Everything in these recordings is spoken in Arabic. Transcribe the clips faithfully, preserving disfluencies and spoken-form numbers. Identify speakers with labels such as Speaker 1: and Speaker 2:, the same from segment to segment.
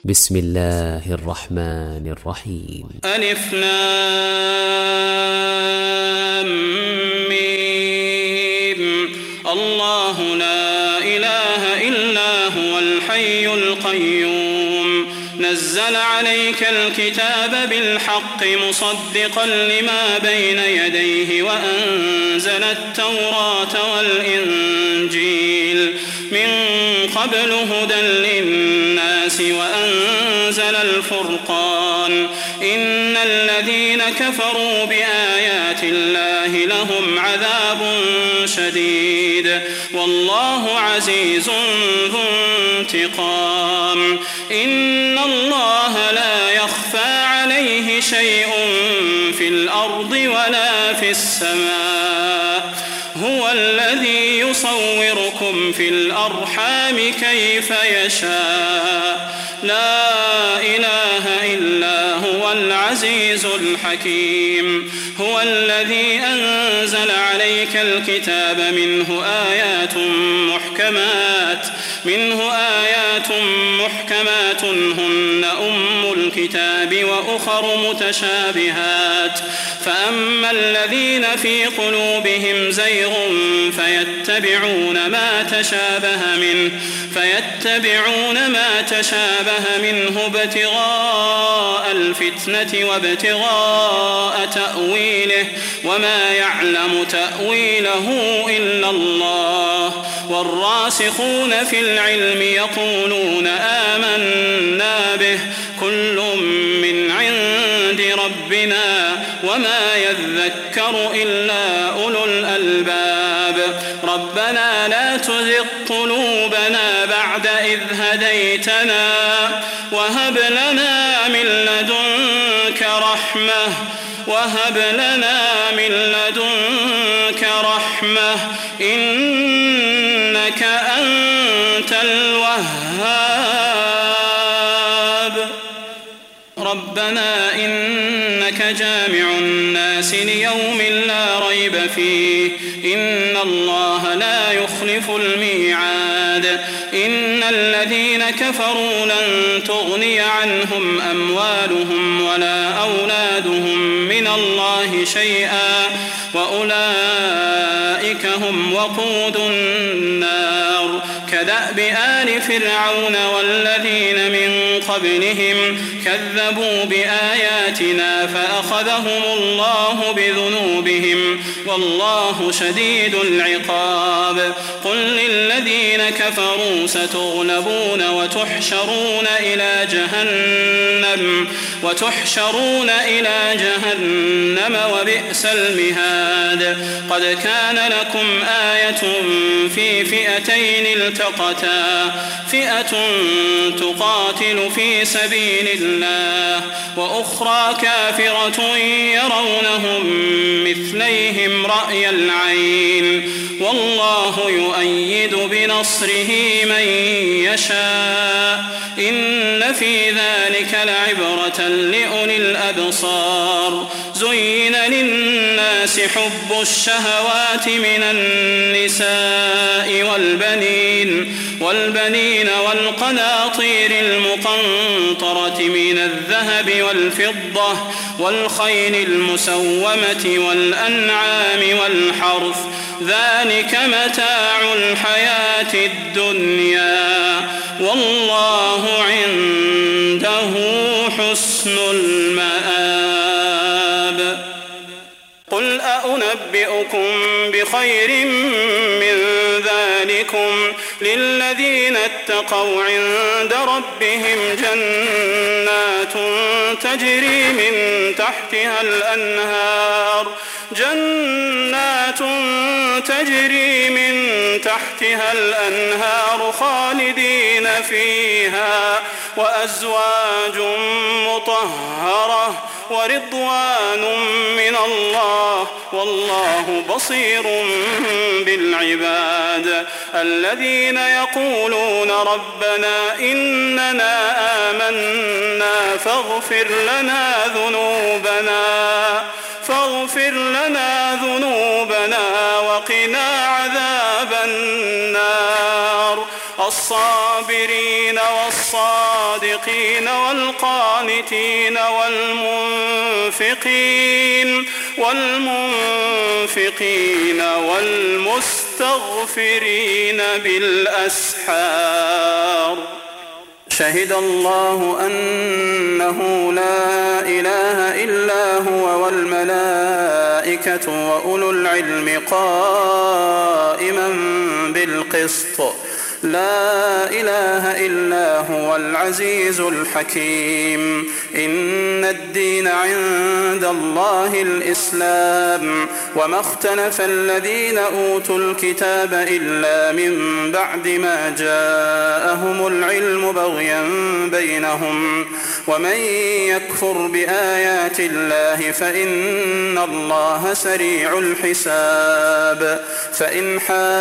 Speaker 1: بسم الله الرحمن الرحيم.
Speaker 2: ألف لام ميم. الله لا إله إلا هو الحي القيوم نزل عليك الكتاب بالحق مصدقا لما بين يديه وأنزل التوراة والإنجيل من قبل هدى للناس وأنزل الفرقان إن الذين كفروا بآيات الله لهم عذاب شديد والله عزيز ذو انتقام. إن الله لا يخفى عليه شيء في الأرض ولا في السماء هو الذي يصوركم في الأرحام كيف يشاء لا إله إلا هو العزيز الحكيم. هو الذي أنزل عليك الكتاب منه آيات محكمات منه آيات محكمات هن أم الكتاب وأخر متشابهات فأما الذين في قلوبهم زيغ فيتبعون ما تشابه منه فيتبعون ما تشابه منه ابتغاء الفتنة وابتغاء تأويله وما يعلم تأويله إلا الله والراسخون في العلم يقولون آمنا به كل من عند ربنا وما يذكر إلا أولو الألباب. ربنا لا تزغ قلوبنا بعد إذ هديتنا وهب لنا من لدنك رحمة وهب لنا من لدنك رحمة إنك أنت الوهاب. ربنا إنك جامع الناس ليوم لا ريب فيه إن الله لا يخلف الميعاد. إن الذين كفروا لن تغني عنهم أموالهم ولا أولادهم من الله شيئا وأولئك هم وقود النار. كدأب آل فرعون والذين من قبلهم كذبوا بآياتنا فأخذهم الله بذنوبهم والله شديد العقاب. قل للذين كفروا ستغلبون وتحشرون إلى جهنم وتحشرون إلى جهنم وبئس المهاد. قد كان لكم آية في فئتين التقتا فئة تقاتل في سبيل الله وأخرى كافرة يرونهم مثليهم رأي العين والله يؤيد بنصره من يشاء إن في ذلك لعبرة لأولي الأبصار. زين للناس حب الشهوات من النساء والبنين والبنين والقناطير المقنطرة من الذهب والفضة والخيل المسومة والأنعام والحرث ذلك متاع الحياة الدنيا والله عنده حسن المآب. قل أنبئكم بخير من ذلكم للذين اتقوا عند ربهم جنات تجري من تحتها الأنهار جنات تجري من تحتها الأنهار خالدين فيها وأزواج مطهرة ورضوان من الله والله بصير بالعباد. الذين يقولون ربنا إننا آمنا فاغفر لنا ذنوبنا فاغفر لنا ذنوبنا وقنا عذاب النار. والصابرين والصادقين والقانتين والمنفقين والمنفقين والمستغفرين بالأسحار. شهد الله أنه لا إله إلا هو والملائكة وأولو العلم قائما بالقسط لا إله إلا هو العزيز الحكيم. إن الدين عند الله الإسلام وما اختلف الذين أوتوا الكتاب إلا من بعد ما جاءهم العلم بغيا بينهم ومن يكفر بآيات الله فإن الله سريع الحساب. فإن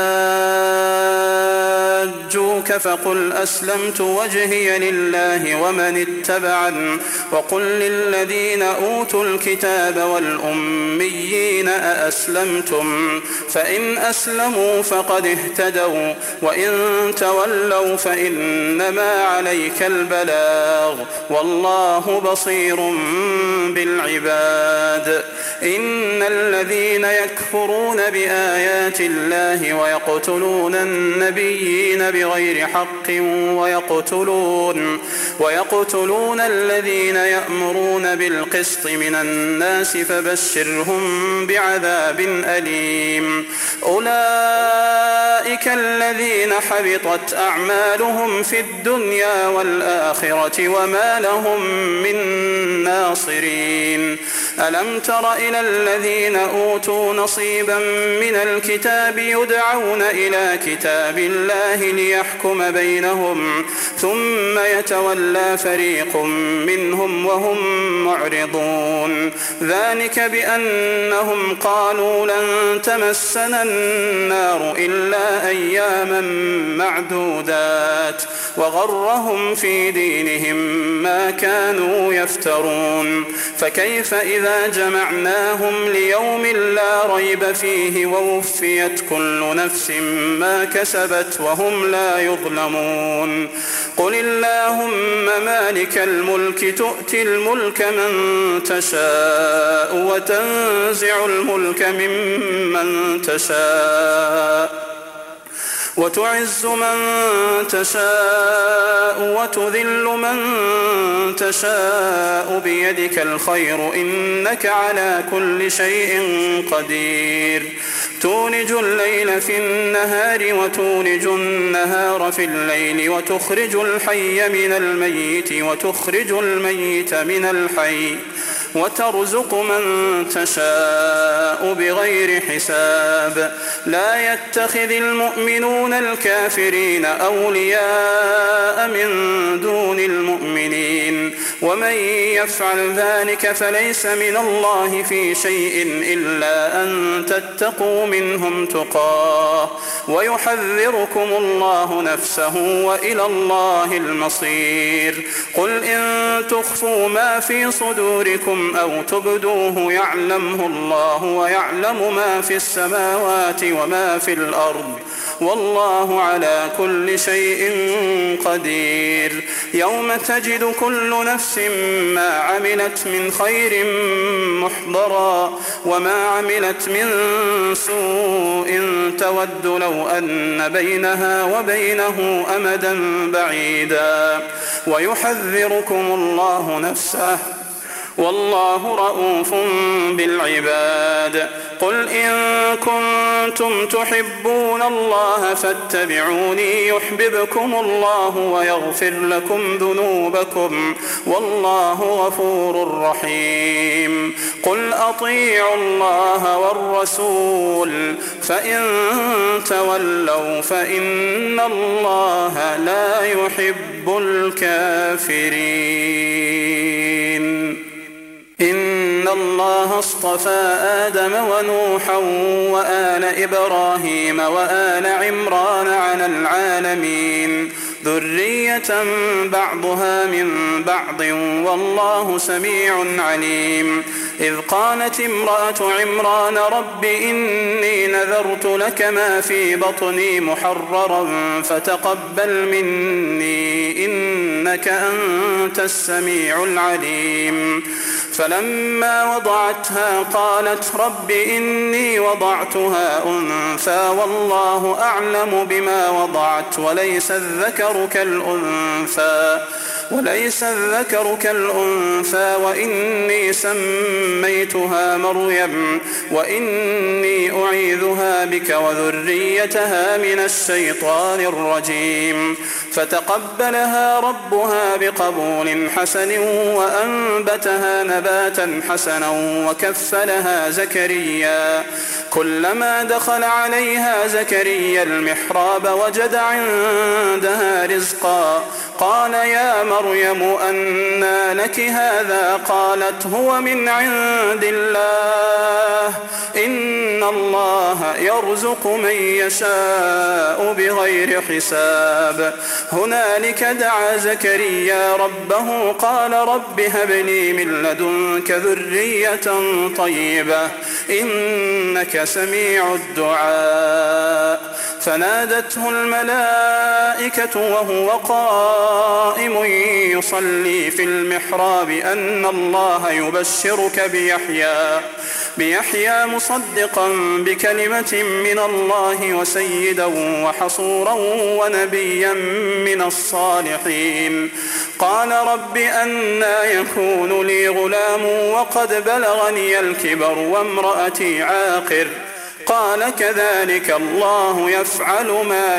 Speaker 2: حاجوك فقل أسلمت وجهي لله ومن اتبعن وقل للذين أوتوا الكتاب والأميين أأسلمتم فإن أسلموا فقد اهتدوا وإن تولوا فإنما عليك البلاغ والله بصير بالعباد. إن الذين يكفرون بآيات الله ويقتلون النبيين بغير حق ويقتلون, ويقتلون الذين يأمرون بالقسط من الناس فبشرهم بعذاب أليم. أولئك الذين حبطت أعمالهم في الدنيا والآخرة وما لهم من ناصرين. ألم تر إلى الذين أوتوا نصيبا من الكتاب يدعون إلى كتاب الله ليحكم بينهم ثم يتولى فريق منهم وهم معرضون. ذلك بأنهم قالوا لن تمسنا النار إلا أياما معدودات وغرهم في دينهم ما كانوا يفترون. فكيف إذا جمعناهم ليوم لا ريب فيه ووفيت كل نفس ما كسبت وهم لا يظلمون. قل اللهم مالك الملك تؤتي الملك من تشاء وتنزع الملك ممن تشاء وتعز من تشاء وتذل من تشاء بيدك الخير إنك على كل شيء قدير. تولج الليل في النهار وتولج النهار في الليل وتخرج الحي من الميت وتخرج الميت من الحي وترزق من تشاء بغير حساب. لا يتخذ المؤمنون الكافرين أولياء من دون المؤمنين ومن يفعل ذلك فليس من الله في شيء إلا أن تتقوا منهم تقاه ويحذركم الله نفسه وإلى الله المصير. قل إن تخفوا ما في صدوركم أو تبدوه يعلمه الله ويعلم ما في السماوات وما في الأرض والله على كل شيء قدير. يوم تجد كل نفس ما عملت من خير محضرا وما عملت من سوء تود لو أن بينها وبينه أمدا بعيدا ويحذركم الله نفسه والله رؤوف بالعباد. قل إن كنتم تحبون الله فاتبعوني يحببكم الله ويغفر لكم ذنوبكم والله غفور رحيم. قل أطيعوا الله والرسول فإن تولوا فإن الله لا يحب الكافرين. إن الله اصطفى آدم ونوحا وآل إبراهيم وآل عمران على العالمين ذرية بعضها من بعض والله سميع عليم. إذ قالت امرأة عمران رب إني نذرت لك ما في بطني محررا فتقبل مني إنك أنت السميع العليم. فلما وضعتها قالت رب إني وضعتها أنثى والله أعلم بما وضعت وليس الذكر كالأنثى وليس الذكر كالأنثى وإني سميتها مريم وإني أعيذها بك وذريتها من الشيطان الرجيم. فتقبلها ربها بقبول حسن وأنبتها نباتا حسنا وكفلها زكريا. كلما دخل عليها زكريا المحراب وجد عندها رزقا قال يا مريم أنى لك هذا قالت هو من عند الله إن الله يرزق من يشاء بغير حساب. هنالك دعا زكريا ربه قال رب هب لي من لدنك ذرية طيبة إنك سميع الدعاء. فنادته الملائكة وهو قائم يصلي في المحراب أن الله يبشرك بيحيى بيحيى مصدقا بكلمة من الله وسيدا وحصورا ونبيا من الصالحين. قال رب أنى يكون لي غلام وقد بلغني الكبر وامرأتي عاقر قال كذلك الله يفعل ما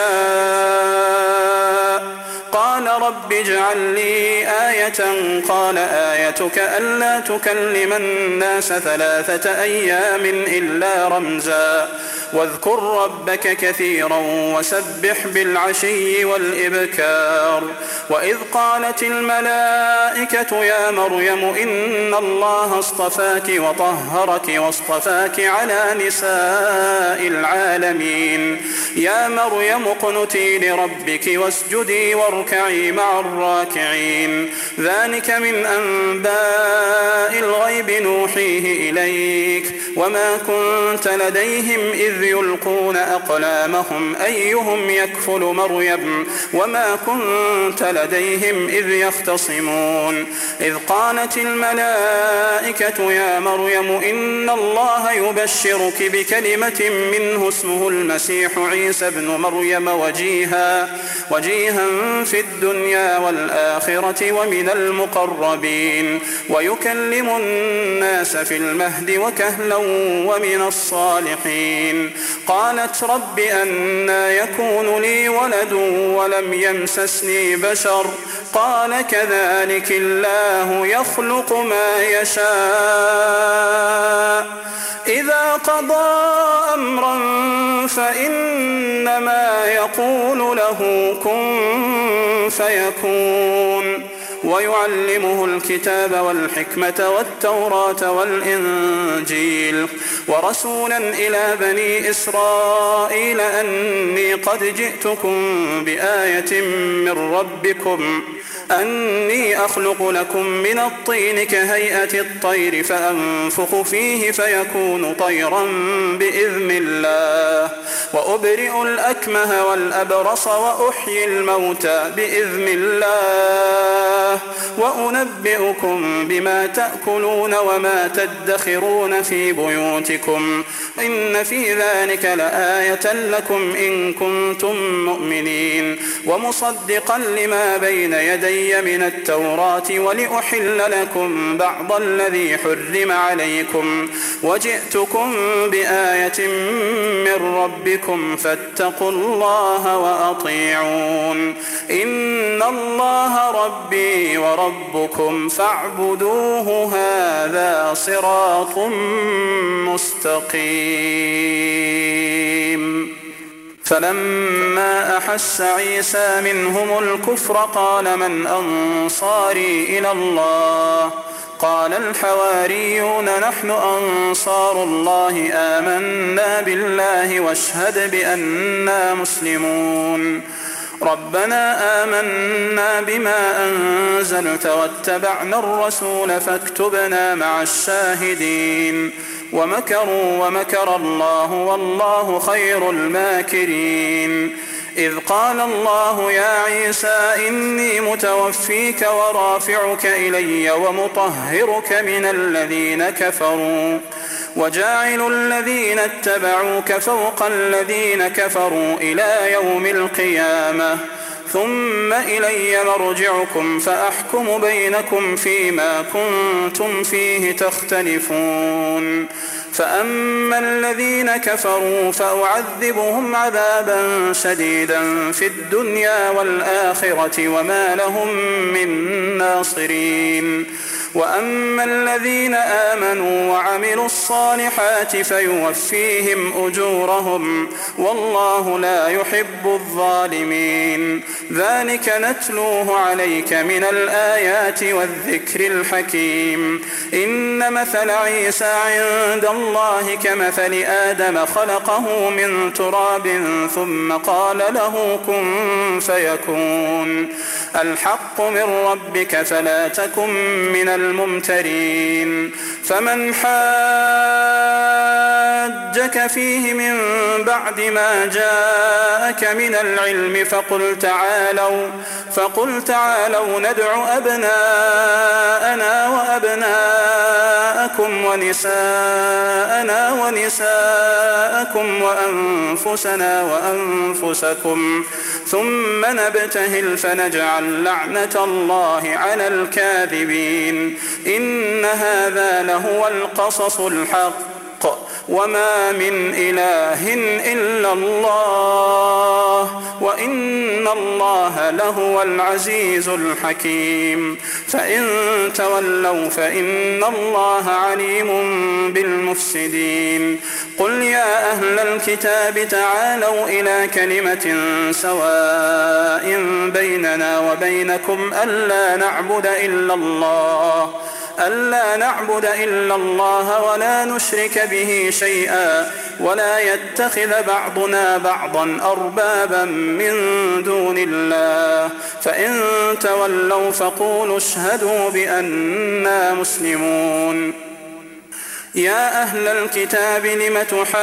Speaker 2: يشاء. قال رب اجعل لي آية قال آيتك ألا تكلم الناس ثلاثة أيام إلا رمزا واذكر ربك كثيرا وسبح بالعشي والإبكار. وإذ قالت الملائكة يا مريم إن الله اصطفاك وطهرك واصطفاك على نساء العالمين. يا مريم اقنتي لربك واسجدي واركعي مع الراكعين. ذلك من أنباء الغيب نوحيه إليك وما كنت لديهم إذ يلقون أقلامهم أيهم يكفل مريم وما كنت لديهم إذ يختصمون. إذ قالت الملائكة يا مريم إن الله يبشرك بكلمة منه اسمه المسيح عيسى ابن مريم وجيها وجيها في الدنيا والآخرة ومن المقربين ويكلم الناس في المهد وكهلا ومن الصالحين. قالت رب أنى يكون لي ولد ولم يمسسني بشر قال كذلك الله يخلق ما يشاء إذا قضى أمرا فإنما يقول له كن فيكون. ويعلمه الكتاب والحكمة والتوراة والإنجيل ورسولا إلى بني إسرائيل أني قد جئتكم بآية من ربكم أني أخلق لكم من الطين كهيئة الطير فأنفخ فيه فيكون طيرا بإذن الله وأبرئ الأكمه والأبرص وأحيي الموتى بإذن الله وأنبئكم بما تأكلون وما تدخرون في بيوتكم إن في ذلك لآية لكم إن كنتم مؤمنين ومصدقا لما بين يدي من التوراة ولأحل لكم بعض الذي حرم عليكم وجئتكم بآية من ربكم فاتقوا الله وأطيعون إن الله ربي وربكم فاعبدوه هذا صراط مستقيم. فلما أحس عيسى منهم الكفر قال من أنصاري إلى الله قال الحواريون نحن أنصار الله آمنا بالله واشهد بأننا مسلمون. ربنا آمنا بما أنزلت واتبعنا الرسول فاكتبنا مع الشاهدين ومكروا ومكر الله والله خير الماكرين إذ قال الله يا عيسى إني متوفيك ورافعك إلي ومطهرك من الذين كفروا وجاعل الذين اتبعوك فوق الذين كفروا إلى يوم القيامة ثم إلي مرجعكم فأحكم بينكم فيما كنتم فيه تختلفون فأما الذين كفروا فأعذبهم عذابا شديدا في الدنيا والآخرة وما لهم من ناصرين وأما الذين آمنوا وعملوا الصالحات فيوفيهم أجورهم والله لا يحب الظالمين ذلك نتلوه عليك من الآيات والذكر الحكيم إن مثل عيسى عند الله كمثل آدم خلقه من تراب ثم قال له كن فيكون الحق من ربك فلا تكن من الممترين فمن حاجك فيه من بعد ما جاءك من العلم فقل تعالوا فقل تعالوا ندع أبناءنا وأبناءكم ونساءنا ونساءكم وأنفسنا وأنفسكم ثم نبتهل فنجعل لعنة الله على الكاذبين إن هذا لهو القصص الحق وما من إله إلا الله وإن الله لهو العزيز الحكيم فإن تولوا فإن الله عليم بالمفسدين قل يا أهل الكتاب تعالوا إلى كلمة سواء بيننا وبينكم ألا نعبد إلا الله ألا نعبد إلا الله ولا نشرك به شيئا ولا يتخذ بعضنا بعضا أربابا من دون الله فإن تولوا فقولوا اشهدوا بأننا مسلمون يا أهل الكتاب لم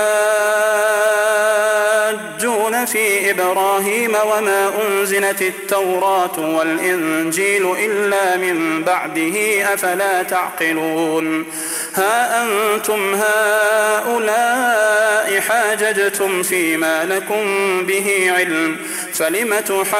Speaker 2: تحاجون في إبراهيم وما أنزلت التوراة والإنجيل إلا من بعده أفلا تعقلون ها أنتم هؤلاء حاججتم فيما لكم به علم فلم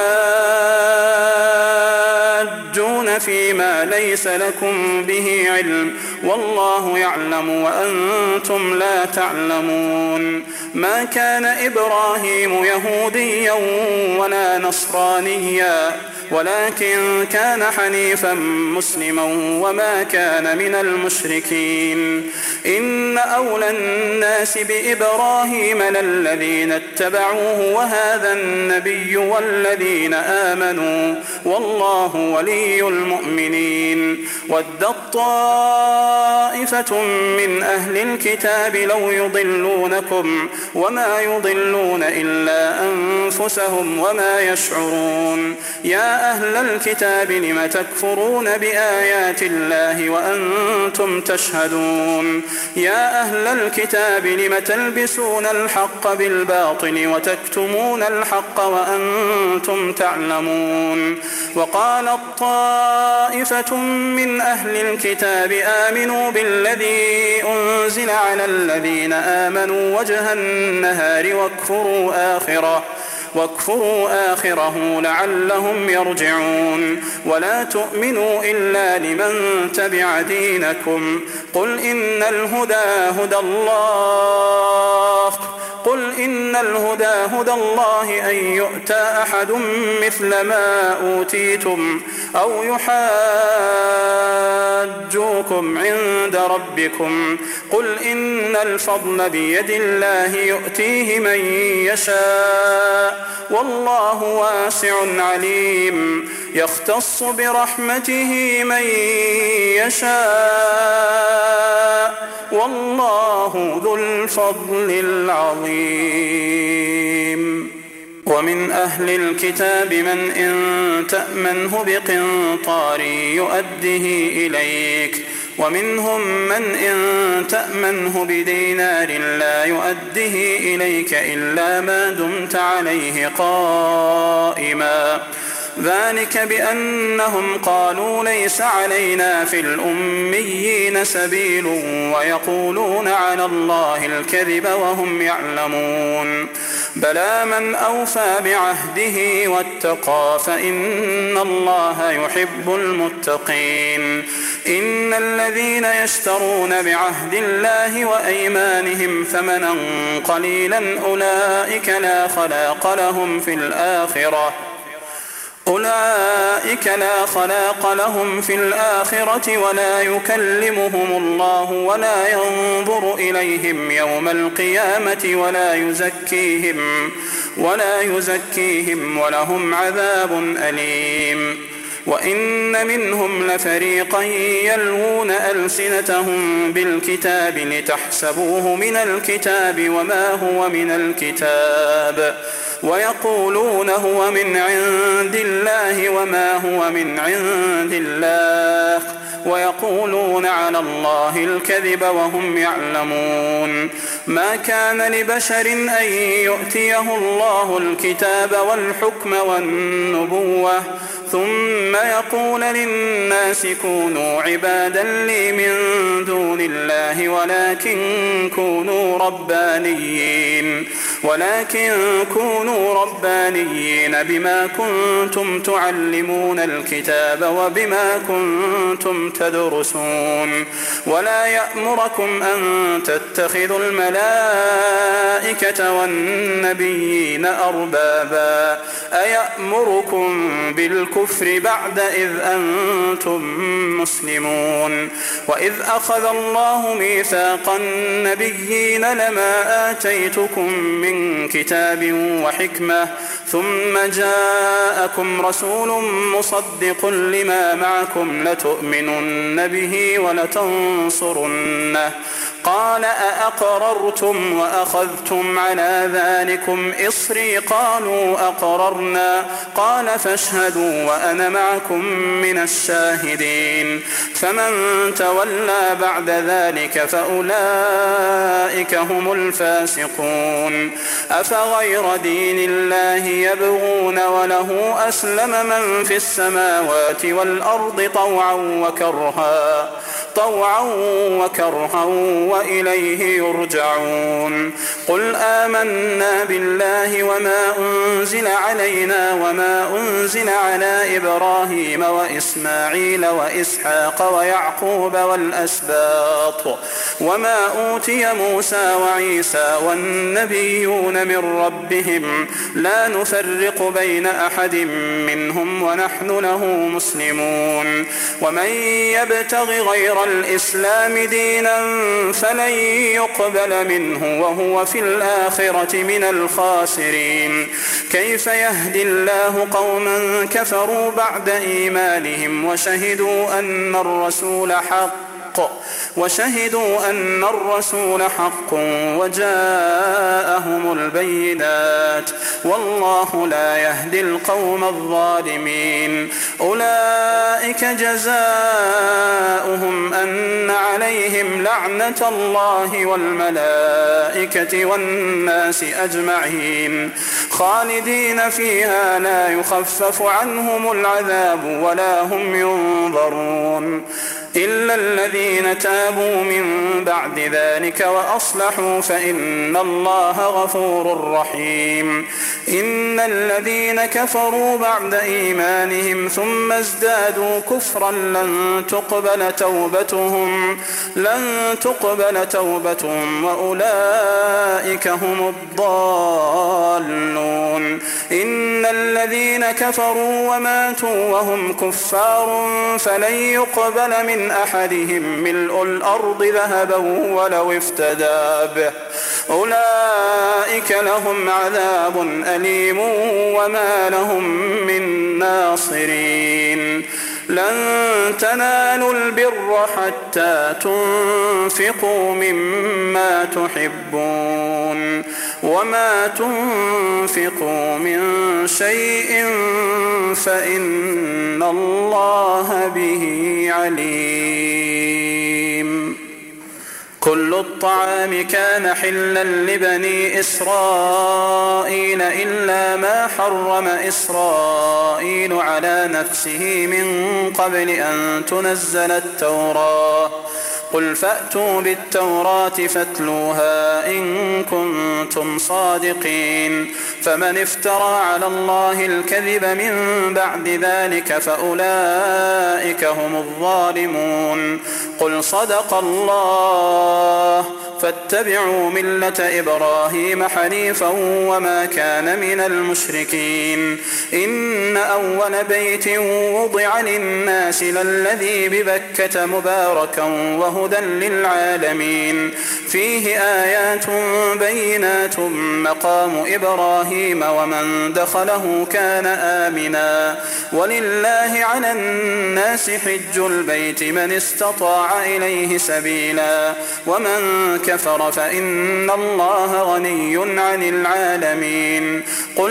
Speaker 2: تحاجون فيما ليس لكم به علم والله يعلم وأنتم لا تعلمون ما كان إبراهيم يهوديا ولا نصرانيا ولكن كان حنيفا مسلما وما كان من المشركين إن أولى الناس بإبراهيم للذين اتبعوه وهذا النبي والذين آمنوا والله ولي المؤمنين ودت طائفة من أهل الكتاب لو يضلونكم وما يضلون إلا أنفسهم وما يشعرون يا أهل الكتاب لم تكفرون بآيات الله وأنتم تشهدون يا أهل الكتاب لم تلبسون الحق بالباطل وتكتمون الحق وأنتم تعلمون وقالت طائفة من أهل الكتاب آمنوا بالذي أنزل على الذين آمنوا وجه النهار واكفروا آخره واكفروا آخره لعلهم يرجعون ولا تؤمنوا إلا لمن تبع دينكم قل إن الهدى هدى الله قل إن الهدى هدى الله أن يؤتى أحد مثل ما أوتيتم أو يحاجوكم عند ربكم قل إن الفضل بيد الله يؤتيه من يشاء والله واسع عليم يختص برحمته من يشاء والله ذو الفضل العظيم ومن أهل الكتاب من إن تأمنه بقنطار يؤده إليك ومنهم من إن تأمنه بدينار لا يؤده إليك إلا ما دمت عليه قائما ذلك بأنهم قالوا ليس علينا في الأميين سبيل ويقولون على الله الكذب وهم يعلمون بلى من أوفى بعهده واتقى فإن الله يحب المتقين إن الذين يشترون بعهد الله وأيمانهم ثمنا قليلا أولئك لا خلاق لهم في الآخرة أولئك لا خلاق لهم في الآخرة ولا يكلمهم الله ولا ينظر إليهم يوم القيامة ولا يزكيهم ولا يزكيهم ولهم عذاب أليم وإن منهم لفريقا يلوون ألسنتهم بالكتاب لتحسبوه من الكتاب وما هو من الكتاب ويقولون هو من عند الله وما هو من عند الله ويقولون على الله الكذب وهم يعلمون ما كان لبشر أن يؤتيه الله الكتاب والحكم والنبوة ثم يقول للناس كونوا عبادا لي من دون الله ولكن كونوا ربانيين ولكن كونوا ربانيين بما كنتم تعلمون الكتاب وبما كنتم تدرسون ولا يأمركم أن تتخذوا الملائكة والنبيين أربابا أيأمركم بالكفر بعد إذ أنتم مسلمون وإذ أخذ الله ميثاق النبيين لما آتيتكم من كتاب وحكمة ثم جاءكم رسول مصدق لما معكم لتؤمنن به ولتنصرنه قال أأقررتم وأخذتم على ذلكم إصري قالوا أقررنا قال فاشهدوا وأنا معكم من الشاهدين فمن تولى بعد ذلك فأولئك هم الفاسقون أفغير دين الله يبغون وله أسلم من في السماوات والأرض طوعا وكرها طوعا وكرها وإليه يرجعون قل آمنا بالله وما أنزل علينا وما أنزل على إبراهيم وإسماعيل وإسحاق ويعقوب والأسباط وما أوتي موسى وعيسى والنبيون من ربهم لا نفرق بين أحد منهم ونحن له مسلمون ومن يبتغ غير الإسلام دينا فلن يقبل منه وهو في الآخرة من الخاسرين كيف يهدي الله قوما كفروا بعد إيمانهم وشهدوا أن الرسول حق وشهدوا أن الرسول حق وجاءهم البينات والله لا يهدي القوم الظالمين أولئك جزاؤهم أن عليهم لعنة الله والملائكة والناس أجمعين خالدين فيها لا يخفف عنهم العذاب ولا هم ينظرون إلا الذين تابوا من بعد ذلك وأصلحوا فإن الله غفور رحيم إن الذين كفروا بعد إيمانهم ثم ازدادوا كفرا لن تقبل توبتهم لن تقبل توبتهم وأولئك هم الضالون إن الذين كفروا وماتوا وهم كفار فلن يقبل من أحدهم ملء الأرض ذهبا ولو افتدى به أولئك لهم عذاب أليم وما لهم من ناصرين لن تنالوا البر حتى تنفقوا مما تحبون وما تنفقوا من شيء فإن الله به عليم. كل الطعام كان حلا لبني إسرائيل إلا ما حرم إسرائيل على نفسه من قبل أن تنزل التوراة. قل فأتوا بالتوراة فاتلوها إن كنتم صادقين. فمن افترى على الله الكذب من بعد ذلك فأولئك هم الظالمون. قل صدق الله فاتبعوا ملة إبراهيم حنيفا وما كان من المشركين. إن أول بيت وضع للناس للذي ببكة مباركا وهدى للعالمين. فيه آيات بينات مقام إبراهيم ومن دخله كان آمنا. ولله على الناس حج البيت من استطاع إليه سبيلا ومن كفر فإن الله غني عن العالمين. قل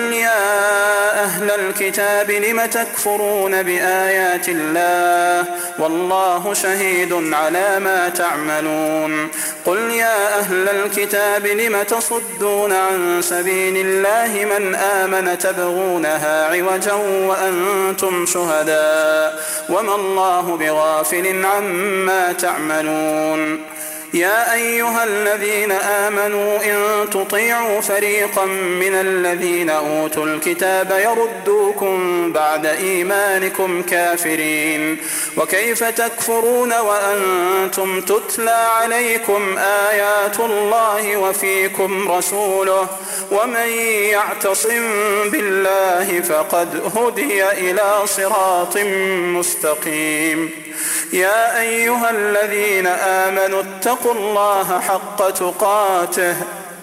Speaker 2: يا أهل الكتاب لم تكفرون بآيات الله والله شهيد على ما تعملون. قل يا أهل الكتاب لم تصدون عن سبيل الله من آمن تبغونها عوجا وأنتم شهداء وما الله بغافل عما تعملون. يا أيها الذين آمنوا إن تطيعوا فريقا من الذين أوتوا الكتاب يردوكم بعد إيمانكم كافرين. وكيف تكفرون وأنتم تتلى عليكم آيات الله وفيكم رسوله ومن يعتصم بالله فقد هدي إلى صراط مستقيم. يا أيها الذين آمنوا اتقوا الله حق تقاته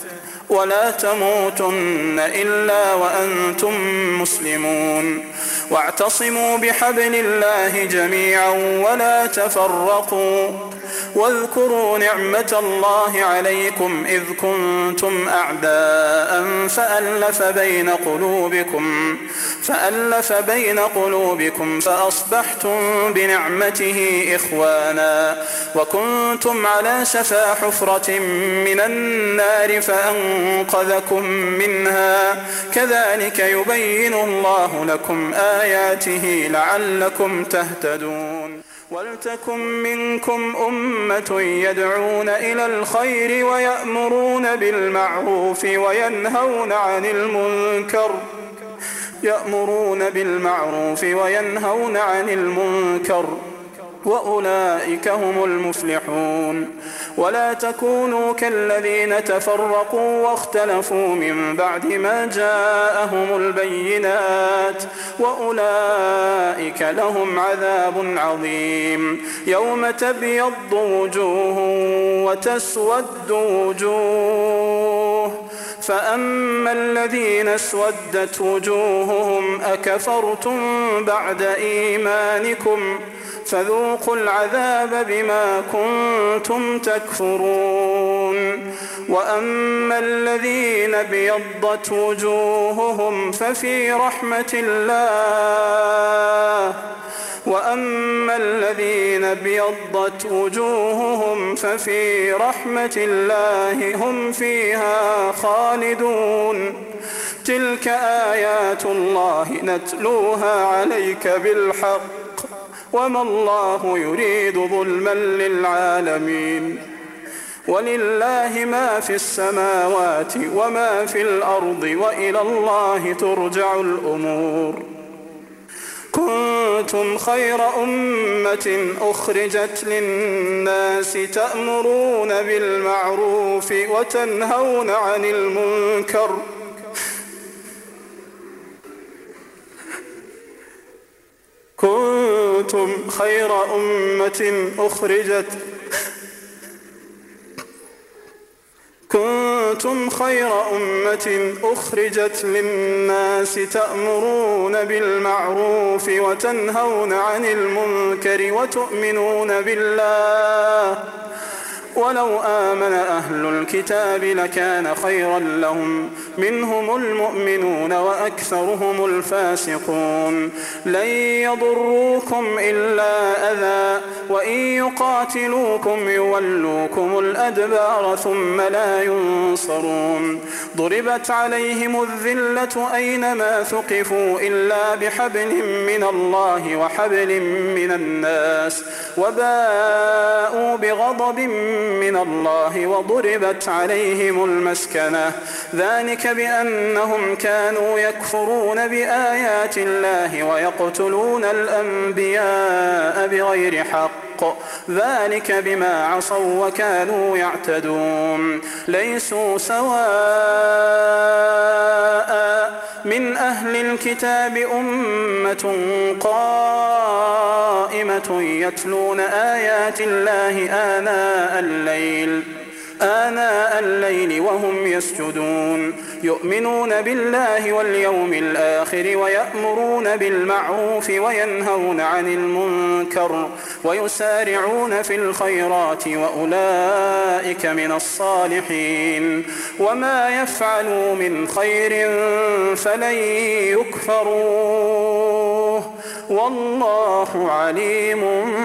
Speaker 2: ولا تموتن إلا وأنتم مسلمون. واعتصموا بحبل الله جميعا ولا تفرقوا. واذكروا نعمة الله عليكم إذ كنتم أعداء فألف بين قلوبكم فألف بين قلوبكم فأصبحتم بنعمته إخوانا وكنتم على شفا حفرة من النار فأنقذكم منها. كذلك يبين الله لكم آياته لعلكم تهتدون. ولتكن منكم أمة يدعون إلى الخير ويأمرون بالمعروف وينهون عن المنكر يأمرون بالمعروف وينهون عن المنكر وأولئك هم المفلحون. ولا تكونوا كالذين تفرقوا واختلفوا من بعد ما جاءهم البينات وأولئك لهم عذاب عظيم. يوم تبيض وجوه وتسود وجوه فأما الذين اسودت وجوههم أكفرتم بعد إيمانكم فذوقوا العذاب بما كنتم تكفرون. وأما الذين ابيضت وجوههم ففي رحمة الله وأما الذين ابيضت وجوههم ففي رحمة الله هم فيها خالدون. تلك آيات الله نتلوها عليك بالحق وما الله يريد ظلما للعالمين. ولله ما في السماوات وما في الأرض وإلى الله ترجع الأمور. كنتم خير أمة أخرجت للناس تأمرون بالمعروف وتنهون عن المنكر كنتم خير أمة أخرجت كنتم خير أمة أخرجت للناس تأمرون بالمعروف وتنهون عن المنكر وتؤمنون بالله ولو آمن أهل الكتاب لكان خيرا لهم منهم المؤمنون وأكثرهم الفاسقون لن يضروكم إلا أذى وإن يقاتلوكم يولوكم الأدبار ثم لا ينصرون ضربت عليهم الذلة أينما ثقفوا إلا بحبل من الله وحبل من الناس وباءوا بغضب من الله وضربت عليهم المسكنة ذلك بأنهم كانوا يكفرون بآيات الله ويقتلون الأنبياء بغير حق ذلك بما عصوا وكانوا يعتدون ليسوا سواء من أهل الكتاب أمة قائمة يتلون آيات الله آناء الليل آناء الليل وهم يسجدون يؤمنون بالله واليوم الآخر ويأمرون بالمعروف وينهون عن المنكر ويسارعون في الخيرات وأولئك من الصالحين وما يفعلوا من خير فلن يكفروه والله عليم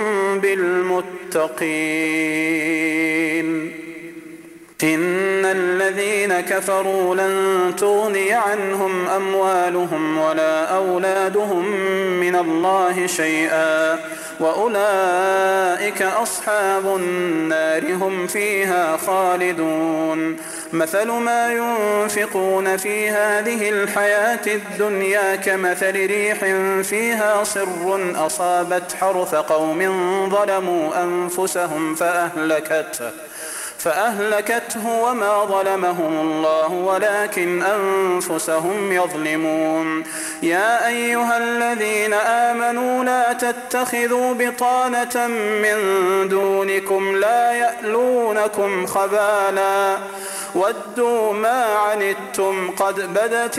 Speaker 2: بالمتقين إن الذين كفروا لن تغني عنهم أموالهم ولا أولادهم من الله شيئا وأولئك أصحاب النار هم فيها خالدون مثل ما ينفقون في هذه الحياة الدنيا كمثل ريح فيها صر أصابت حرث قوم ظلموا أنفسهم فأهلكته فأهلكته وما ظلمهم الله ولكن أنفسهم يظلمون يا أيها الذين آمنوا لا تتخذوا بطانة من دونكم لا يألونكم خبالا ودوا ما عنتم قد بدت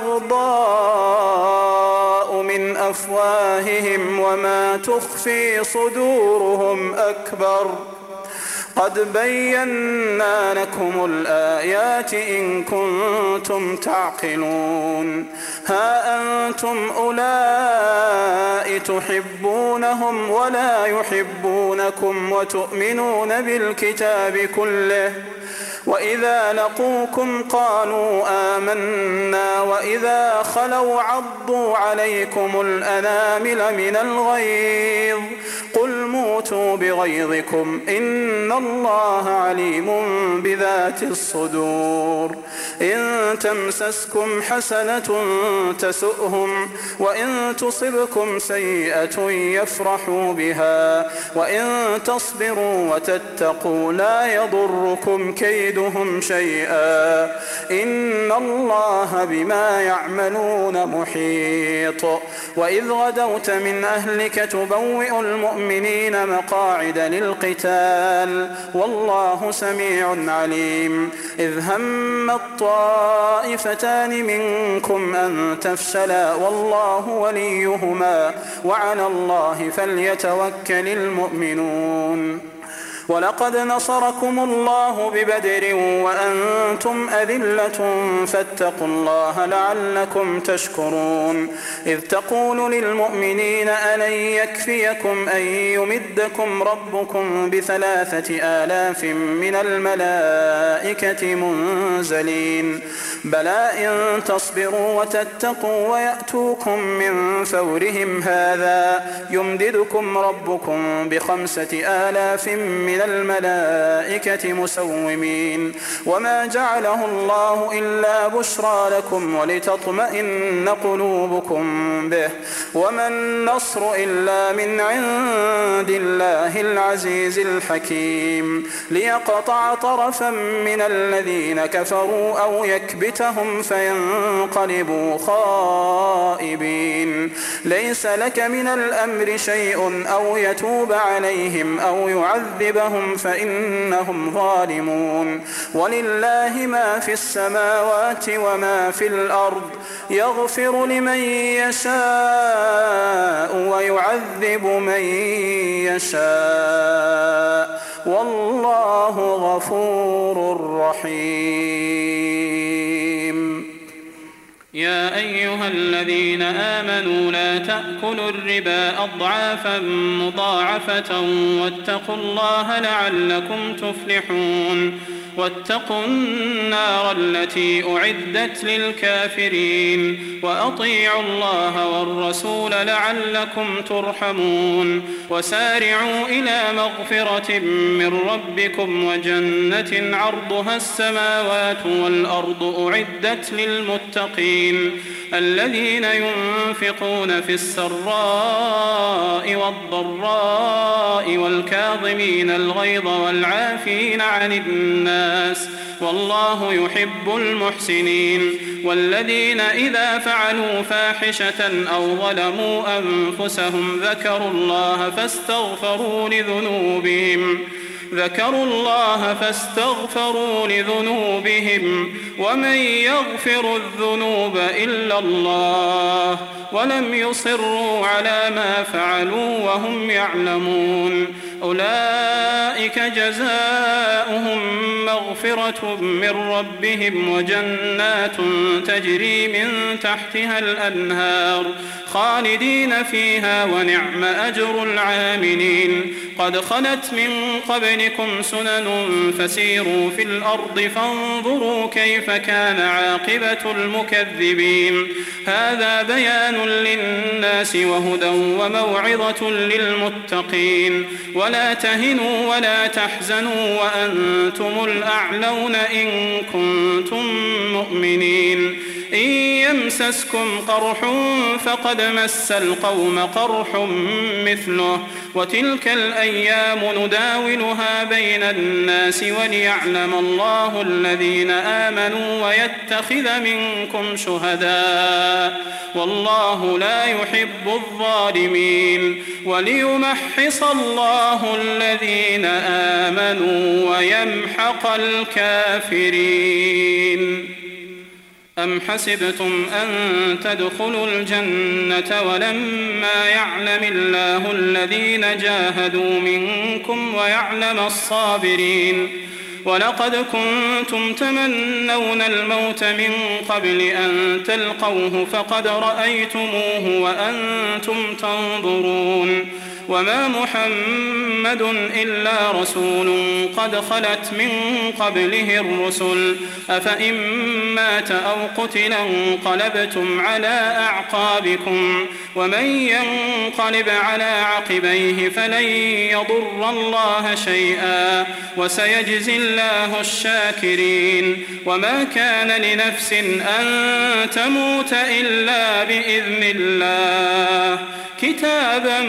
Speaker 2: البغضاء من أفواههم وما تخفي صدورهم أكبر قد بينا لكم الآيات إن كنتم تعقلون ها أنتم أولئك تحبونهم ولا يحبونكم وتؤمنون بالكتاب كله وإذا لقوكم قالوا آمنا وإذا خلوا عضوا عليكم الأنامل من الغيظ قل موتوا بغيظكم إن الله عليم بذات الصدور إن تمسسكم حسنة تسؤهم وإن تصبكم سيئة يفرحوا بها وإن تصبروا وتتقوا لا يضركم كيدهم شيئا إن الله بما يعملون محيط وإذ غدوت من أهلك تبوئ المؤمنين مقاعد للقتال والله سميع عليم إذ هم الطائفتان منكم أن تفشلا والله وليهما وعلى الله فليتوكل المؤمنون ولقد نصركم الله ببدر وأنتم أذلة فاتقوا الله لعلكم تشكرون إذ تقول للمؤمنين ألن يكفيكم أن يمدكم ربكم بثلاثة آلاف من الملائكة منزلين بلى إن تصبروا وتتقوا ويأتوكم من فورهم هذا يمددكم ربكم بخمسة آلاف من الملائكة مسومين وما جعله الله إلا بشرى لكم ولتطمئن قلوبكم به وما النصر إلا من عند الله العزيز الحكيم ليقطع طرفا من الذين كفروا أو يكبتهم فينقلبوا خائبين ليس لك من الأمر شيء أو يتوب عليهم أو يعذبهم فإنهم ظالمون ولله ما في السماوات وما في الأرض يغفر لمن يشاء ويعذب من يشاء والله غفور رحيم.
Speaker 3: يا أيها الذين آمنوا لا تأكلوا الربا أضعافا مضاعفة واتقوا الله لعلكم تفلحون. واتقوا النار التي أعدت للكافرين وأطيعوا الله والرسول لعلكم ترحمون. وسارعوا إلى مغفرة من ربكم وجنة عرضها السماوات والأرض أعدت للمتقين الذين ينفقون في السراء والضراء والكاظمين الغيظ والعافين عن الناس والله يحب المحسنين. والذين إذا فعلوا فاحشة أو ظلموا أنفسهم ذكروا الله فاستغفروا لذنوبهم ذكروا الله فاستغفروا لذنوبهم ومن يغفر الذنوب إلا الله ولم يصروا على ما فعلوا وهم يعلمون أولئك جزاؤهم مغفرة من ربهم وجنات تجري من تحتها الأنهار خالدين فيها ونعم أجر العاملين. قد خلت من قبلكم سنن فسيروا في الأرض فانظروا كيف كان عاقبة المكذبين. هذا بيان للناس وهدى وموعظة للمتقين. ولا تهنوا ولا تحزنوا وأنتم الأعلون إن كنتم مؤمنين. إن يمسسكم قرح فقد مس القوم قرح مثله وتلك الأيام نداولها بين الناس وليعلم الله الذين آمنوا ويتخذ منكم شهداء والله لا يحب الظالمين. وليمحص الله الذين آمنوا ويمحق الكافرين. أم حسبتم أن تدخلوا الجنة ولما يعلم الله الذين جاهدوا منكم ويعلم الصابرين. ولقد كنتم تمنون الموت من قبل أن تلقوه فقد رأيتموه وأنتم تنظرون. وما محمد إلا رسول قد خلت من قبله الرسل أفإن مات أو قتل انقلبتم على أعقابكم ومن ينقلب على عقبيه فلن يضر الله شيئا وسيجزي الله الشاكرين. وما كان لنفس أن تموت إلا بإذن الله كتابا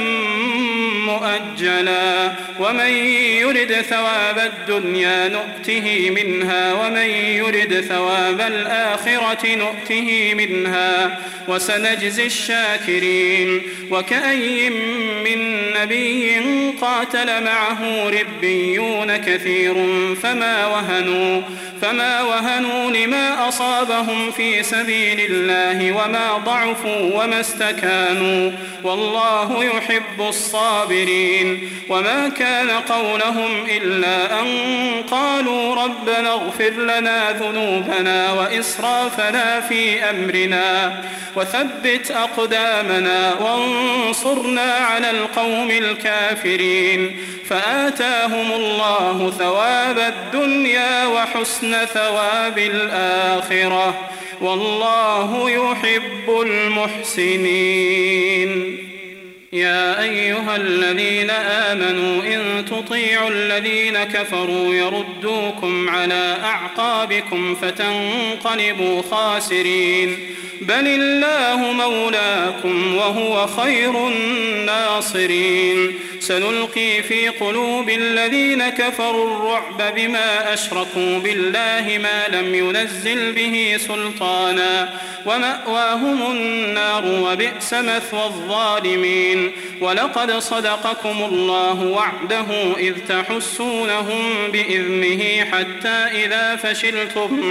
Speaker 3: مؤجلا. ومن يرد ثواب الدنيا نؤته منها ومن يرد ثواب الآخرة نؤته منها وسنجزي الشاكرين. وكأي من نبي قاتل معه ربيون كثير فما وهنوا فما وهنوا لما أصابهم في سبيل الله وما ضعفوا وما استكانوا والله يحب الصابرين. وما كان قولهم إلا أن قالوا ربنا اغفر لنا ذنوبنا وإسرافنا في أمرنا وثبت أقدامنا وانصرنا على القوم الكافرين. فآتاهم الله ثواب الدنيا وحسن ثواب الآخرة والله يحب المحسنين. يا أيها الذين آمنوا إن تطيعوا الذين كفروا يردوكم على أعقابكم فتنقلبوا خاسرين بل الله مولاكم وهو خير الناصرين. سنلقي في قلوب الذين كفروا الرعب بما أشركوا بالله ما لم ينزل به سلطانا ومأواهم النار وبئس مثوى الظالمين. ولقد صدقكم الله وعده إذ تحسونهم بإذنه حتى إذا فشلتم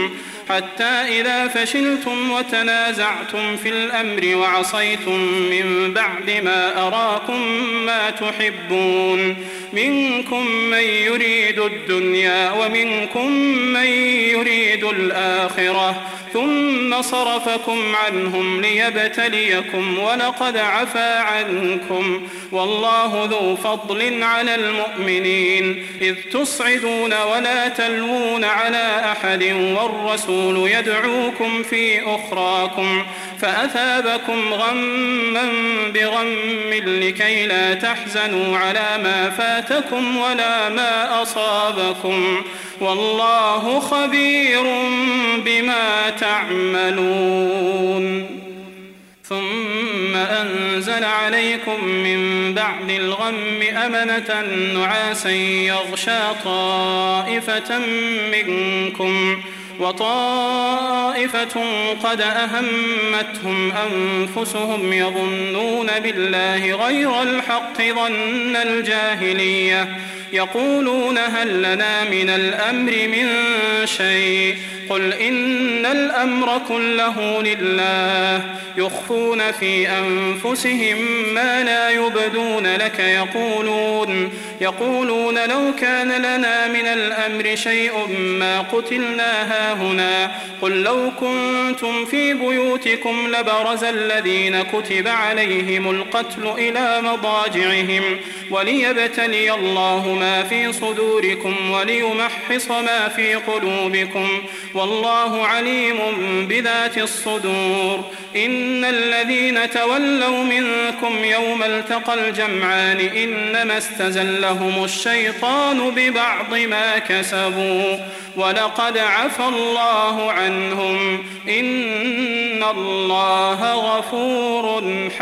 Speaker 3: حتى إذا فشلتم وتنازعتم في الأمر وعصيتم من بعد ما أراكم ما تحبون منكم من يريد الدنيا ومنكم من يريد الآخرة ثم صرفكم عنهم ليبتليكم ولقد عفا عنكم والله ذو فضل على المؤمنين إذ تصعدون ولا تلوون على أحد والرسول يدعوكم في أخراكم فأثابكم غما بغم لكي لا تحزنوا على ما فاتكم ولا ما أصابكم والله خبير بما تعملون ثم أنزل عليكم من بعد الغم أمنة نعاسا يغشى طائفة منكم وطائفة قد أهمتهم أنفسهم يظنون بالله غير الحق ظن الجاهلية يقولون هل لنا من الأمر من شيء قل إن الأمر كله لله يخفون في أنفسهم ما لا يبدون لك يقولون يقولون لو كان لنا من الأمر شيء ما قتلنا هاهنا قل لو كنتم في بيوتكم لبرز الذين كتب عليهم القتل إلى مضاجعهم وليبتلي الله ما في صدوركم وليمحص ما في قلوبكم والله عليم بذات الصدور إن الذين تولوا منكم يوم التقى الجمعان إنما استزلهم الشيطان ببعض ما كسبوا ولقد عفى الله عنهم إن الله غفور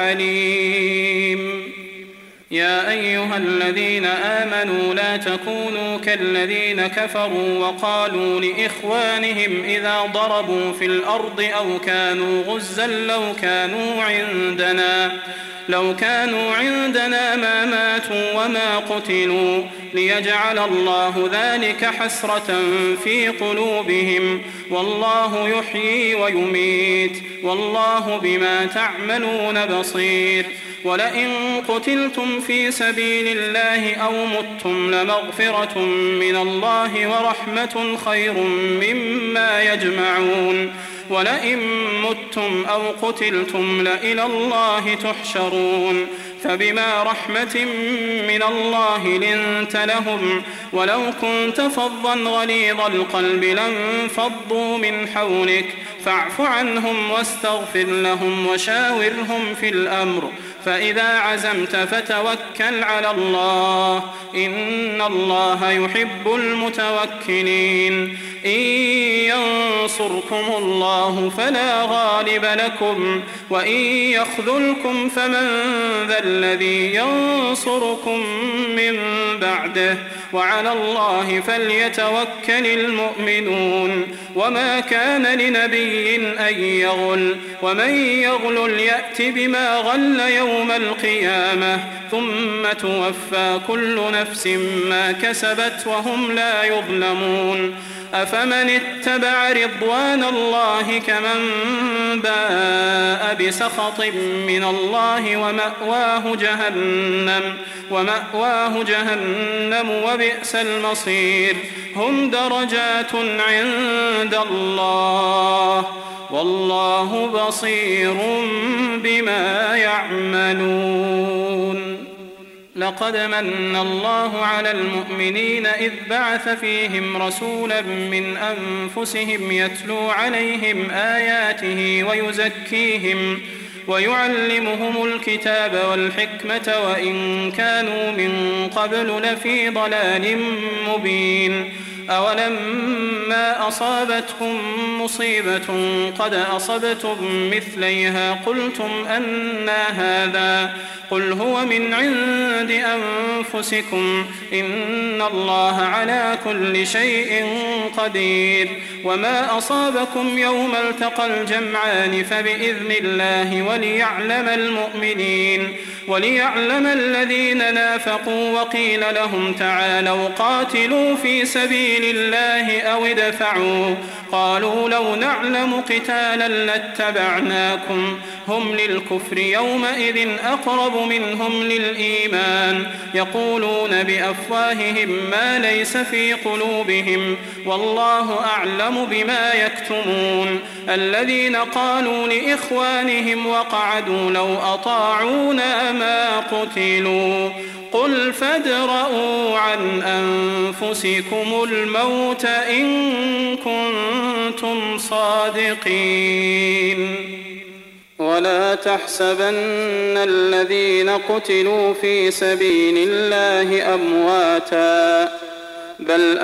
Speaker 3: حليم يا أيها الذين آمنوا لا تكونوا كالذين كفروا وقالوا لإخوانهم إذا ضربوا في الأرض أو كانوا غزا لو كانوا عندنا لو كانوا عندنا ما ماتوا وما قتلوا ليجعل الله ذلك حسرة في قلوبهم والله يحيي ويميت والله بما تعملون بصير ولئن قتلتم في سبيل الله أو متم لمغفرة من الله ورحمة خير مما يجمعون ولئن متم أو قتلتم لإلى الله تحشرون فبما رحمة من الله لنت لهم ولو كنت فظا غليظ القلب لانفضوا من حولك فاعف عنهم واستغفر لهم وشاورهم في الأمر فإذا عزمت فتوكل على الله إن الله يحب المتوكلين إن ينصركم الله فلا غالب لكم وإن يخذلكم فمن ذا الذي ينصركم من بعده وعلى الله فليتوكل المؤمنون وما كان لنبي أن يغل ومن يغل يأت بما غل يوم القيامة ثم توفى كل نفس ما كسبت وهم لا يظلمون أفمن اتبع رضوان الله كمن باء بسخط من الله ومأواه جهنم ومأواه جهنم وبئس المصير هم درجات عند الله والله بصير بما يعملون لقد من الله على المؤمنين إذ بعث فيهم رسولا من أنفسهم يتلو عليهم آياته ويزكيهم ويعلمهم الكتاب والحكمة وإن كانوا من قبل لفي ضلال مبين أولما أصابتكم مصيبة قد أصبتم مثليها قلتم أنى هذا قل هو من عند أنفسكم إن الله على كل شيء قدير وما أصابكم يوم التقى الجمعان فبإذن الله وليعلم المؤمنين وليعلم الذين نافقوا وقيل لهم تعالوا قاتلوا في سبيل سبيل الله أو ادفعوا قالوا لو نعلم قتالا لاتبعناكم هم للكفر يومئذ أقرب منهم للإيمان يقولون بأفواههم ما ليس في قلوبهم والله أعلم بما يكتمون الذين قالوا لإخوانهم وقعدوا لو أطاعونا ما قتلوا قل فادرءوا عن أنفسكم الموت إن كنتم صادقين ولا تحسبن الذين قتلوا في سبيل الله أمواتا بل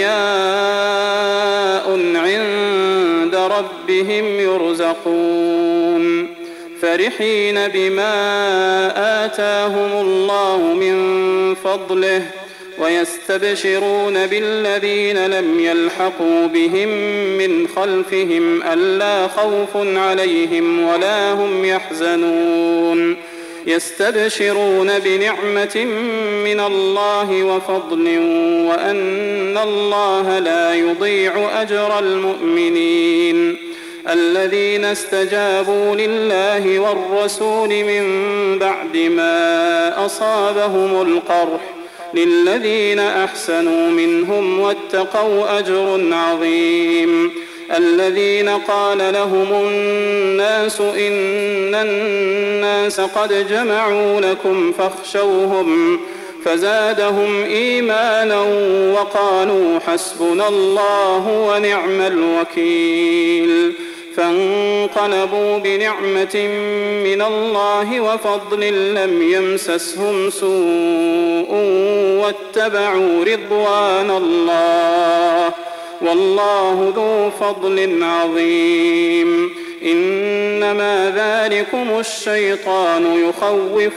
Speaker 3: أحياء عند ربهم يرزقون فرحين بما آتاهم الله من فضله ويستبشرون بالذين لم يلحقوا بهم من خلفهم ألا خوف عليهم ولا هم يحزنون يستبشرون بنعمة من الله وفضل وأن الله لا يضيع أجر المؤمنين الذين استجابوا لله والرسول من بعد ما أصابهم القرح للذين أحسنوا منهم واتقوا أجر عظيم الذين قال لهم الناس إن الناس قد جمعوا لكم فاخشوهم فزادهم إيمانا وقالوا حسبنا الله ونعم الوكيل فانقلبوا بنعمة من الله وفضل لم يمسسهم سوء واتبعوا رضوان الله والله ذو فضل عظيم إنما ذلكم الشيطان يخوف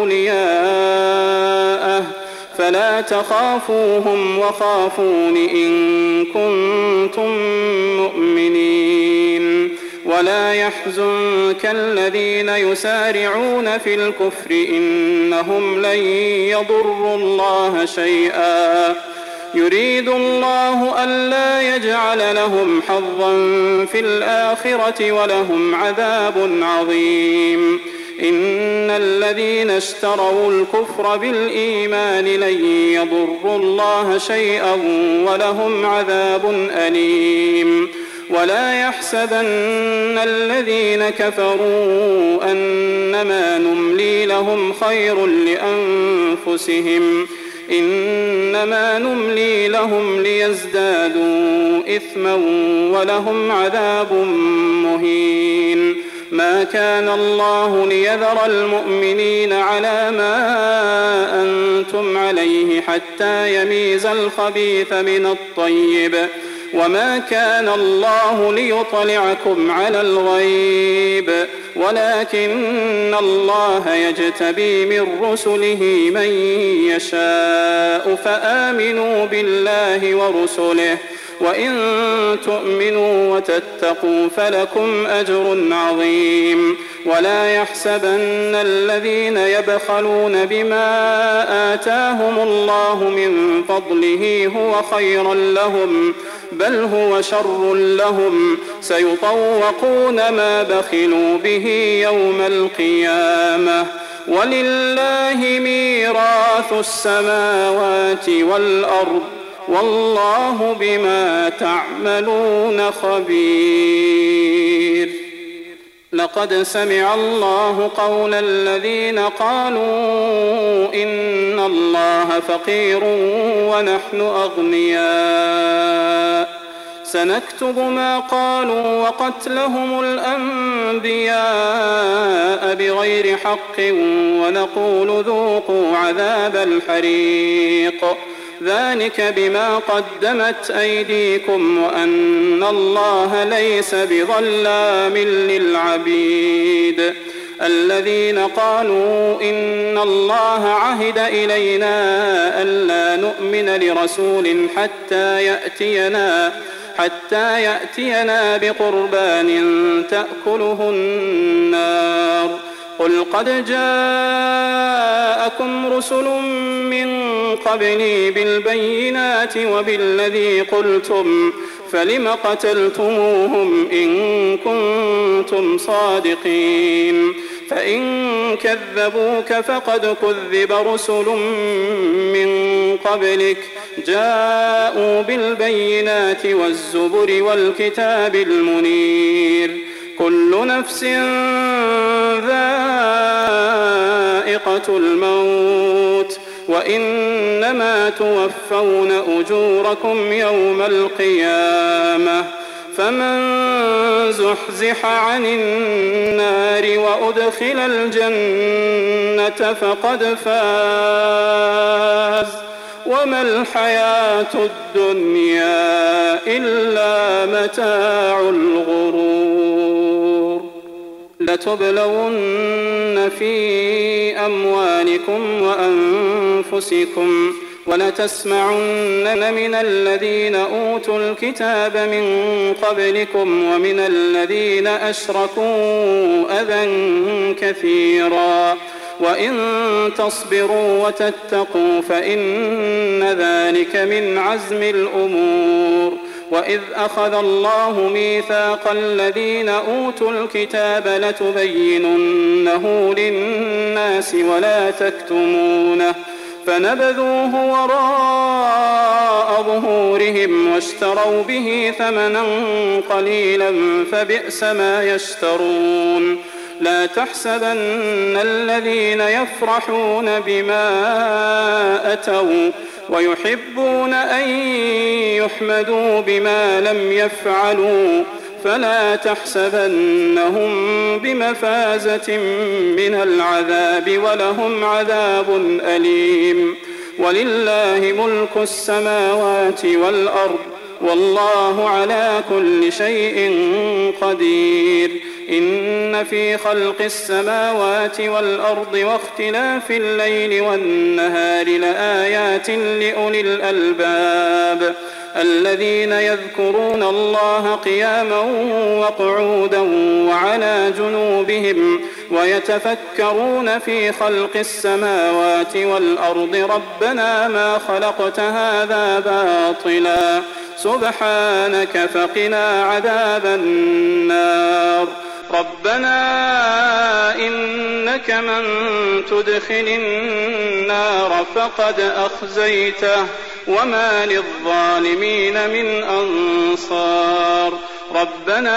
Speaker 3: أولياءه فلا تخافوهم وخافون إن كنتم مؤمنين ولا يحزنك الذين يسارعون في الكفر إنهم لن يضروا الله شيئا يريد الله ألا يجعل لهم حظا في الآخرة ولهم عذاب عظيم إن الذين اشتروا الكفر بالإيمان لن يضروا الله شيئا ولهم عذاب أليم ولا يحسبن الذين كفروا أنما نملي لهم خير لأنفسهم إنما نملي لهم ليزدادوا إثما ولهم عذاب مهين ما كان الله ليذر المؤمنين على ما أنتم عليه حتى يميز الخبيث من الطيب وما كان الله ليطلعكم على الغيب ولكن الله يجتبي من رسله من يشاء فآمنوا بالله ورسله وإن تؤمنوا وتتقوا فلكم أجر عظيم ولا يحسبن الذين يبخلون بما آتاهم الله من فضله هو خيرا لهم بل هو شر لهم سيطوقون ما بخلوا به يوم القيامة ولله ميراث السماوات والأرض والله بما تعملون خبير لقد سمع الله قول الذين قالوا إن الله فقير ونحن أغنياء سنكتب ما قالوا وقتلهم الأنبياء بغير حق ونقول ذوقوا عذاب الحريق ذلك بما قدمت أيديكم وأن الله ليس بظلام للعبيد الذين قالوا إن الله عهد إلينا ألا نؤمن لرسول حتى يأتينا حتى يأتينا بقربان تأكله النار قل قد جاءكم رسل من قبلي بالبينات وبالذي قلتم فلم قتلتموهم إن كنتم صادقين فإن كذبوك فقد كذب رسل من قبلك جاءوا بالبينات والزبر والكتاب المنير كل نفس ذائقة الموت وإنما توفون أجوركم يوم القيامة فمن زحزح عن النار وأدخل الجنة فقد فاز وما الحياة الدنيا إلا متاع الغرور لتبلون في أموالكم وأنفسكم ولتسمعن من الذين أوتوا الكتاب من قبلكم ومن الذين أشركوا أذى كثيرا وإن تصبروا وتتقوا فإن ذلك من عزم الأمور وإذ أخذ الله ميثاق الذين أوتوا الكتاب لتبيننه للناس ولا تكتمونه فنبذوه وراء ظهورهم واشتروا به ثمنا قليلا فبئس ما يشترون لا تحسبن الذين يفرحون بما أتوا ويحبون أن يحمدوا بما لم يفعلوا فلا تحسبنهم بمفازة من العذاب ولهم عذاب أليم ولله ملك السماوات والأرض والله على كل شيء قدير إن في خلق السماوات والأرض واختلاف الليل والنهار لآيات لأولي الألباب الذين يذكرون الله قياما وقعودا وعلى جنوبهم ويتفكرون في خلق السماوات والأرض ربنا ما خلقت هذا باطلا سبحانك فقنا عذاب النار ربنا إنك من تدخل النار فقد أخزيته وما للظالمين من أنصار ربنا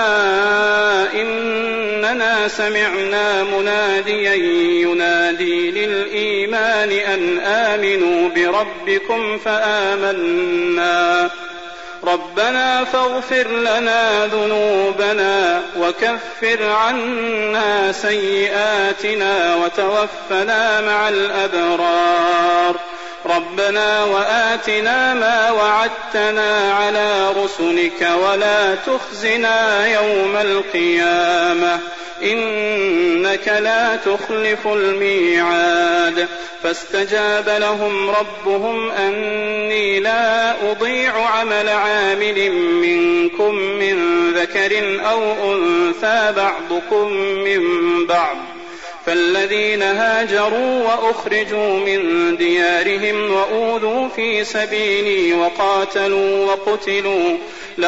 Speaker 3: إننا سمعنا مناديا ينادي للإيمان أن آمنوا بربكم فآمنا ربنا فاغفر لنا ذنوبنا وكفر عنا سيئاتنا وتوفنا مع الأبرار ربنا وآتنا ما وعدتنا على رسلك ولا تخزنا يوم القيامة إنك لا تخلف الميعاد فاستجاب لهم ربهم أني لا أضيع عمل عامل منكم من ذكر أو أنثى بعضكم من بعض فالذين هاجروا وأخرجوا من ديارهم وأوذوا في سبيلي وقاتلوا وقتلوا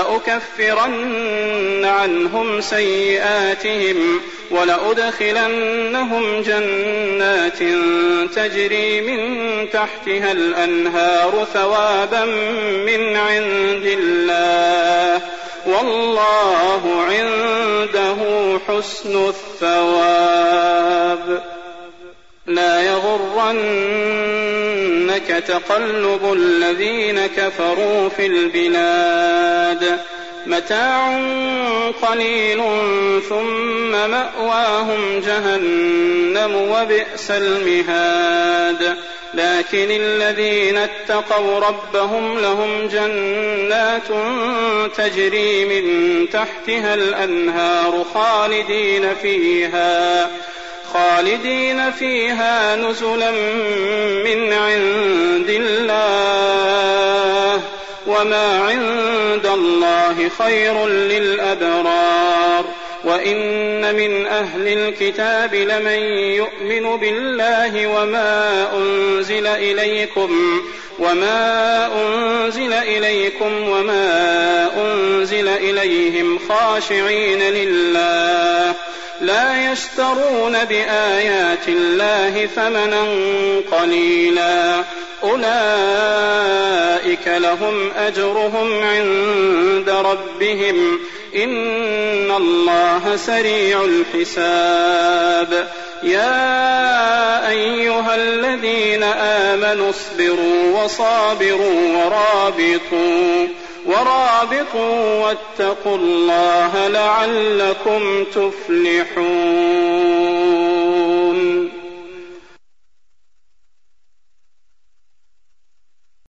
Speaker 3: لأكفرن عنهم سيئاتهم ولأدخلنهم جنات تجري من تحتها الأنهار ثوابا من عند الله والله عنده حسن الثواب لا يغرنك تقلب الذين كفروا في البلاد متاع قليل ثم مأواهم جهنم وبئس المهاد لكن الذين اتقوا ربهم لهم جنات تجري من تحتها الأنهار خالدين فيها خالدين فيها نزلا من عند الله وما عند الله خير للأبرار وإن من أهل الكتاب لمن يؤمن بالله وما أنزل إليكم وما أنزل إليكم وما أنزل إليهم خاشعين لله لا يشترون بآيات الله ثمنا قليلا أولئك لهم أجرهم عند ربهم إن الله سريع الحساب يا أيها الذين آمنوا اصبروا وصابروا ورابطوا ورابطوا واتقوا الله لعلكم تفلحون.